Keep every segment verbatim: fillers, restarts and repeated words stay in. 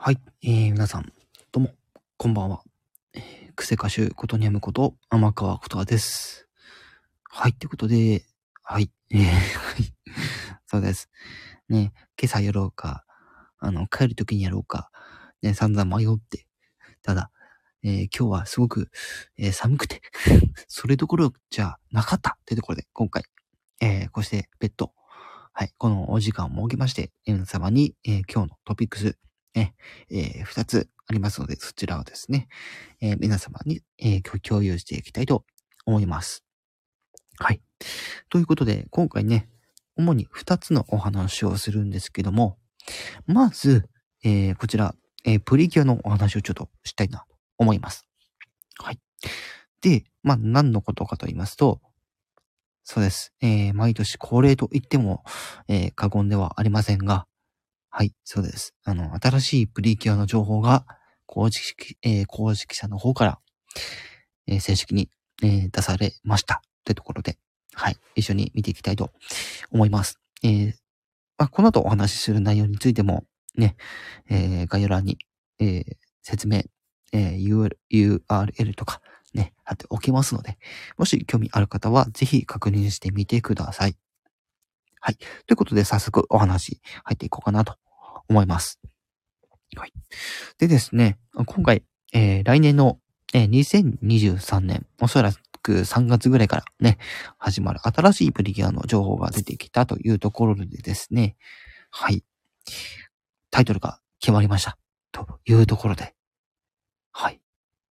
はい、えー、皆さん、どうも、こんばんは。えー、クセ歌手ことにゃむこと、天川ことわです。はい、ということで、はい、えー、はい、そうです。ね、今朝やろうか、あの、帰るときにやろうか、ね、散々迷って、ただ、えー、今日はすごく、えー、寒くて、それどころじゃなかったというところで、今回、えー、こうして別途、はい、このお時間を設けまして、皆様に、えー、今日のトピックス、ね、えー、二つありますので、そちらをですね、えー、皆様に、えー、共有していきたいと思います。はい。ということで、今回ね、主に二つのお話をするんですけども、まず、えー、こちら、えー、プリキュアのお話をちょっとしたいなと思います。はい。で、まあ、何のことかと言いますと、そうです。えー、毎年恒例と言っても、えー、過言ではありませんが、はい、そうです。あの、新しいプリキュアの情報が、公式、えー、公式者の方から、えー、正式に、えー、出されました。というところで、はい、一緒に見ていきたいと思います。えー、まあ、この後お話しする内容についても、ね、えー、概要欄に、えー、説明、えー、ユーアールエル とか、ね、貼っておきますので、もし興味ある方は、ぜひ確認してみてください。はい。ということで、早速お話入っていこうかなと思います。はい。でですね、今回、えー、来年の、えー、にせんにじゅうさんねん、おそらくさんがつぐらいからね、始まる新しいプリキュアの情報が出てきたというところでですね、はい。タイトルが決まりました。というところで、はい。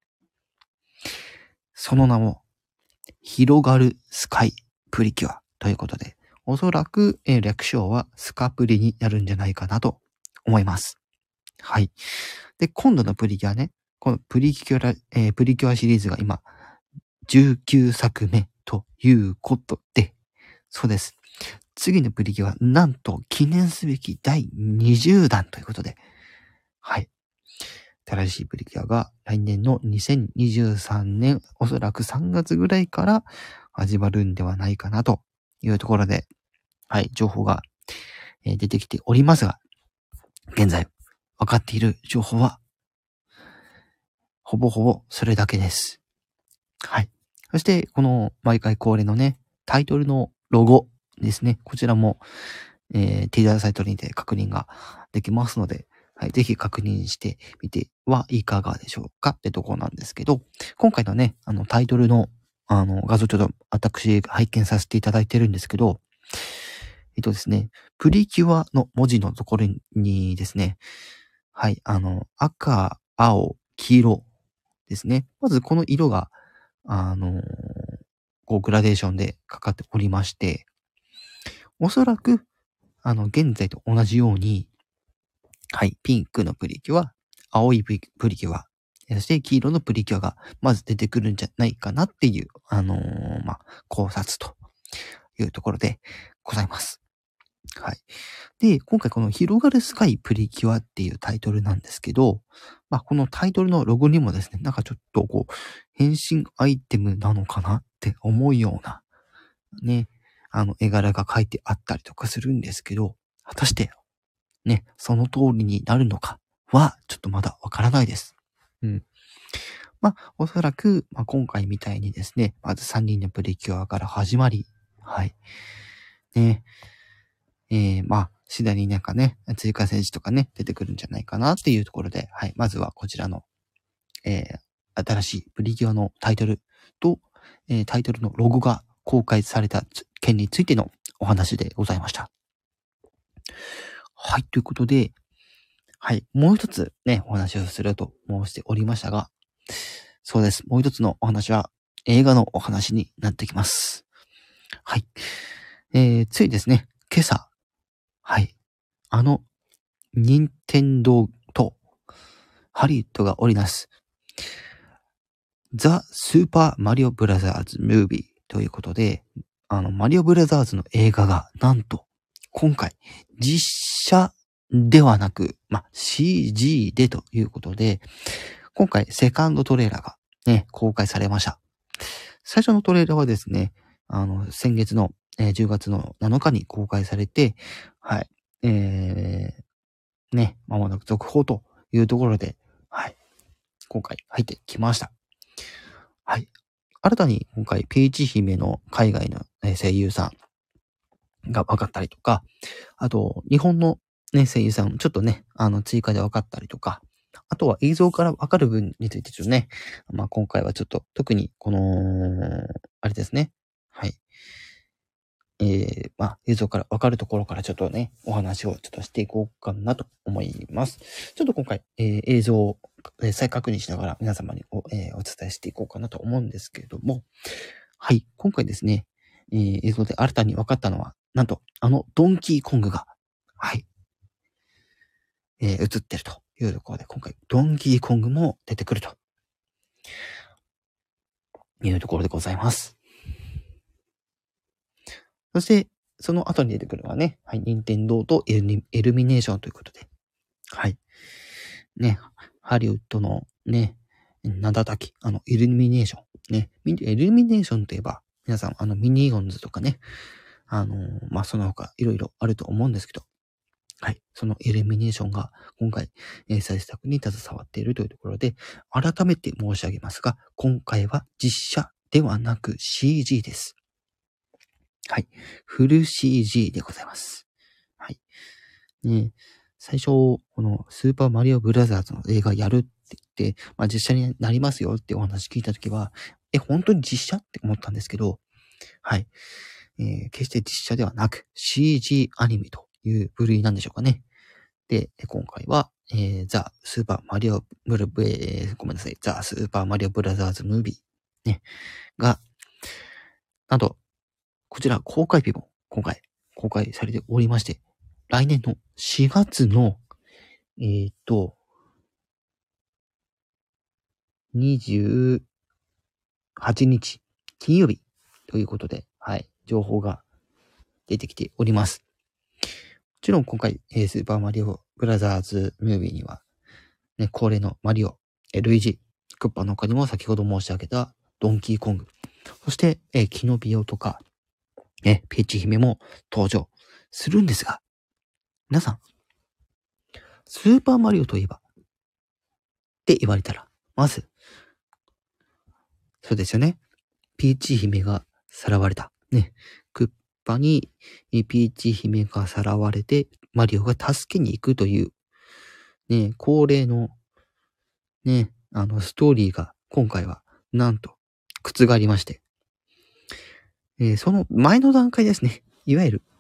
その名も、広がるスカイプリキュアということで、おそらく、えー、略称はスカプリになるんじゃないかなと思います。はい。で、今度のプリキュアね、このプリキュア、えー、プリキュアシリーズが今、じゅうきゅうさくめということで、そうです。次のプリキュア、なんと記念すべきだいにじゅうだんということで、はい。新しいプリキュアが来年のにせんにじゅうさんねん、おそらくさんがつぐらいから始まるんではないかなというところで、はい、情報が出てきておりますが、現在分かっている情報は、ほぼほぼそれだけです。はい。そして、この毎回恒例のね、タイトルのロゴですね。こちらも、えー、ティザーサイトにて確認ができますので、はい、ぜひ確認してみてはいかがでしょうかってところなんですけど、今回のね、あのタイトルのあの画像ちょっと私拝見させていただいてるんですけど、えっとですね、プリキュアの文字のところにですね、はい、あの、赤、青、黄色ですね。まずこの色が、あのー、こうグラデーションでかかっておりまして、おそらく、あの、現在と同じように、はい、ピンクのプリキュア、青いプリキュア、そして黄色のプリキュアがまず出てくるんじゃないかなっていう、あのー、まあ、考察というところでございます。はい。で、今回この広がるスカイプリキュアっていうタイトルなんですけど、まあ、このタイトルのロゴにもですね、なんかちょっとこう、変身アイテムなのかなって思うような、ね、あの、絵柄が書いてあったりとかするんですけど、果たして、ね、その通りになるのかは、ちょっとまだわからないです。うん。まあ、おそらく、まあ、今回みたいにですね、まずさんにんのプリキュアから始まり、はい。ね、えー、まあ、次第になんかね、追加選手とかね、出てくるんじゃないかなっていうところで、はい。まずはこちらの、えー、新しいプリキュアのタイトルと、えー、タイトルのロゴが公開された件についてのお話でございました。はい。ということで、はい。もう一つね、お話をすると申しておりましたが、そうです。もう一つのお話は映画のお話になってきます。はい。えー、ついですね、今朝、はい。あの、任天堂とハリウッドが織りなすザ・スーパーマリオブラザーズ・ムービーということで、あの、マリオブラザーズの映画がなんと今回実写ではなく、まあ、シージー でということで、今回セカンドトレーラーがね、公開されました。最初のトレーラーはですね、あの、先月の、えー、じゅうがつのなのかに公開されて、はい、えー、ね、まもなく続報というところで、はい。今回入ってきました。はい。新たに今回、ピーチ姫の海外の声優さんが分かったりとか、あと、日本のね、声優さん、ちょっとね、あの、追加で分かったりとか、あとは映像から分かる分についてちょっとね、まあ今回はちょっと、特にこの、あれですね。はい。えー、まあ映像から分かるところからちょっとね、お話をちょっとしていこうかなと思います。ちょっと今回、えー、映像を、えー再確認しながら皆様にお,、えーお伝えしていこうかなと思うんですけれども、はい、今回ですね、えー映像で新たに分かったのは、なんと、あのドンキーコングが、はい、えー映ってるというところで、今回、ドンキーコングも出てくるというところでございます。そして、その後に出てくるのはね、はい、任天堂とエルミ、エルミネーションということで、はい。ね、ハリウッドのね、名叩き、あの、イルミネーション。ね、イルミネーションといえば、皆さん、あの、ミニオンズとかね、あのー、まあ、その他、いろいろあると思うんですけど、はい。そのイルミネーションが、今回、えー、再制作に携わっているというところで、改めて申し上げますが、今回は実写ではなく シージー です。はい。フル シージー でございます。はい。ね、最初、このスーパーマリオブラザーズの映画やるって言って、まあ実写になりますよってお話聞いたときは、え、本当に実写って思ったんですけど、はい。えー、決して実写ではなく シージー アニメという部類なんでしょうかね。で、今回は、えー、ザ・スーパーマリオブルブ、えー、ごめんなさい、ザ・スーパーマリオブラザーズムービー、ね、が、なんと、こちら公開日も今回公開されておりまして、来年のしがつの、えー、っと、にじゅうはちにち、金曜日ということで、はい、情報が出てきております。もちろん今回、えー、スーパーマリオブラザーズムービーには、ね、恒例のマリオ、えー、ルイージ、クッパの他にも先ほど申し上げたドンキーコング、そして、えー、キノビオとか、ね、ピーチ姫も登場するんですが、皆さん、スーパーマリオといえば、って言われたら、まず、そうですよね。ピーチ姫がさらわれた。ね。クッパにピーチ姫がさらわれて、マリオが助けに行くという、ね、恒例の、ね、あの、ストーリーが今回は、なんと、覆りまして。えー、その前の段階ですね。いわゆる、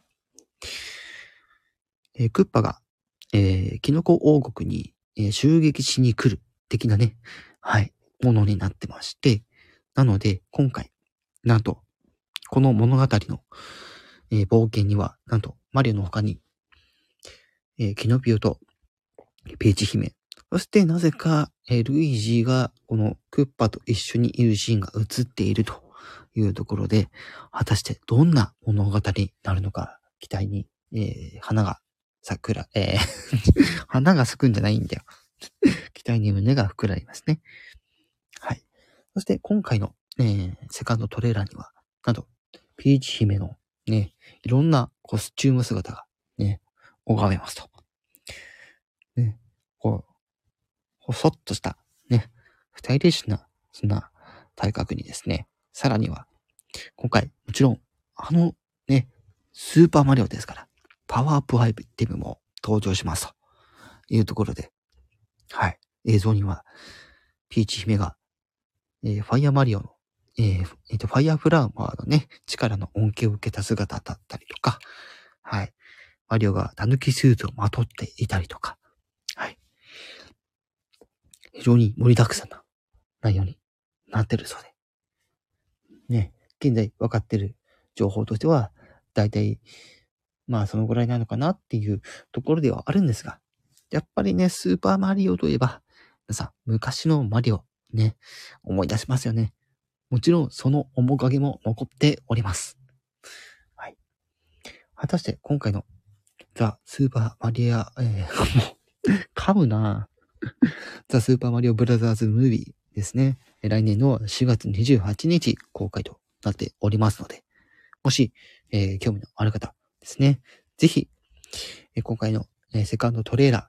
えー、クッパが、えー、キノコ王国に、えー、襲撃しに来る的なね、はい、ものになってまして、なので、今回、なんと、この物語の、えー、冒険には、なんと、マリオの他に、えー、キノピオとピーチ姫、そしてなぜか、えー、ルイージがこのクッパと一緒にいるシーンが映っているというところで、果たしてどんな物語になるのか、期待に、えー、花が桜、えー、花が咲くんじゃないんだよ。期待に胸が膨らみますね。はい。そして今回の、えー、セカンドトレーラーには、なんと、ピーチ姫のね、いろんなコスチューム姿がね、拝めますと。ね、こう、細っとした、ね、スタイリッシュな、そんな体格にですね、さらには、今回、もちろん、あの、ね、スーパーマリオですから、パワーアップアイテムも登場しますというところで、はい、映像には、ピーチ姫が、えー、ファイアマリオの、えーえー、とファイアフラワーのね、力の恩恵を受けた姿だったりとか、はい、マリオがタヌキスーツをまとっていたりとか、はい、非常に盛りだくさんな内容になってるそうで、ね、現在分かってる情報としては、だいたい、まあそのぐらいなのかなっていうところではあるんですが、やっぱりね、スーパーマリオといえば、皆さん、昔のマリオ、ね、思い出しますよね。もちろん、その面影も残っております。はい。果たして今回のザ・スーパーマリア、えー、もう、噛むなザ・スーパーマリオブラザーズムービーですね。来年のしがつにじゅうはちにち公開となっておりますので、もし、えー、興味のある方ですね、ぜひ、えー、今回の、えー、セカンドトレーラ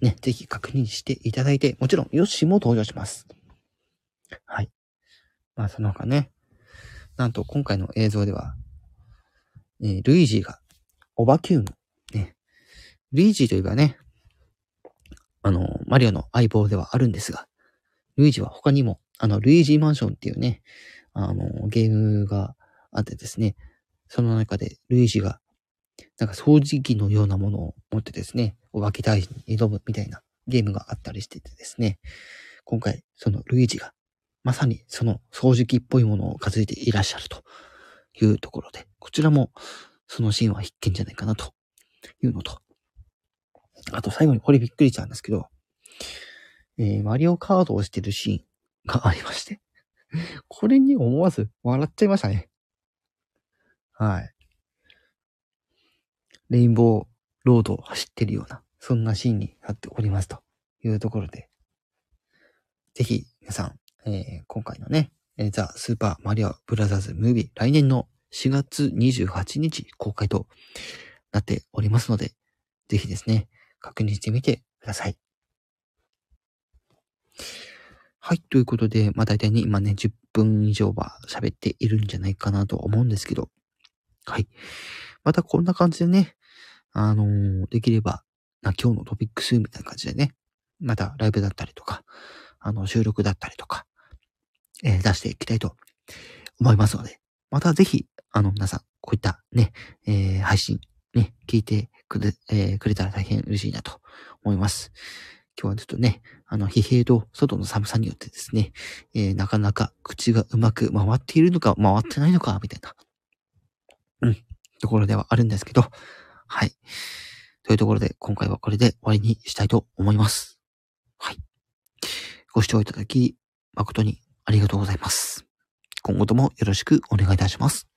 ね、ぜひ確認していただいて、もちろんヨッシーも登場します。はい。まあその他ね、なんと今回の映像では、えー、ルイージがオバキューム、ね、ルイージといえばね、あの、マリオの相棒ではあるんですが、ルイージは他にも、あの、ルイージーマンションっていうね、あの、ゲームがあってですね、その中でルイージが、なんか掃除機のようなものを持ってですね、お化け退治に挑むみたいなゲームがあったりしててですね、今回、そのルイージが、まさにその掃除機っぽいものを担いでいらっしゃるというところで、こちらもそのシーンは必見じゃないかなというのと、あと最後にこれびっくりしたんですけど、えー、マリオカードをしてるシーンがありまして、これに思わず笑っちゃいましたね。はい。レインボーロードを走ってるような、そんなシーンになっておりますというところで、ぜひ皆さん、えー、今回のね、えー、ザ・スーパーマリオブラザーズ・ムービー、来年のしがつにじゅうはちにち公開となっておりますので、ぜひですね、確認してみてください。はい、ということで、まあ大体ね、今ね、じゅっぷん以上は喋っているんじゃないかなと思うんですけど、はい。またこんな感じでね、あのー、できれば、な今日のトピックスみたいな感じでね、またライブだったりとか、あの、収録だったりとか、えー、出していきたいと思いますので、またぜひ、あの、皆さん、こういったね、えー、配信、ね、聞いてくれ、えー、くれたら大変嬉しいなと思います。今日はちょっとね、あの、疲弊と外の寒さによってですね、えー、なかなか口がうまく回っているのか、回ってないのか、みたいな、うん、ところではあるんですけど、はい。というところで、今回はこれで終わりにしたいと思います。はい。ご視聴いただき、誠にありがとうございます。今後ともよろしくお願いいたします。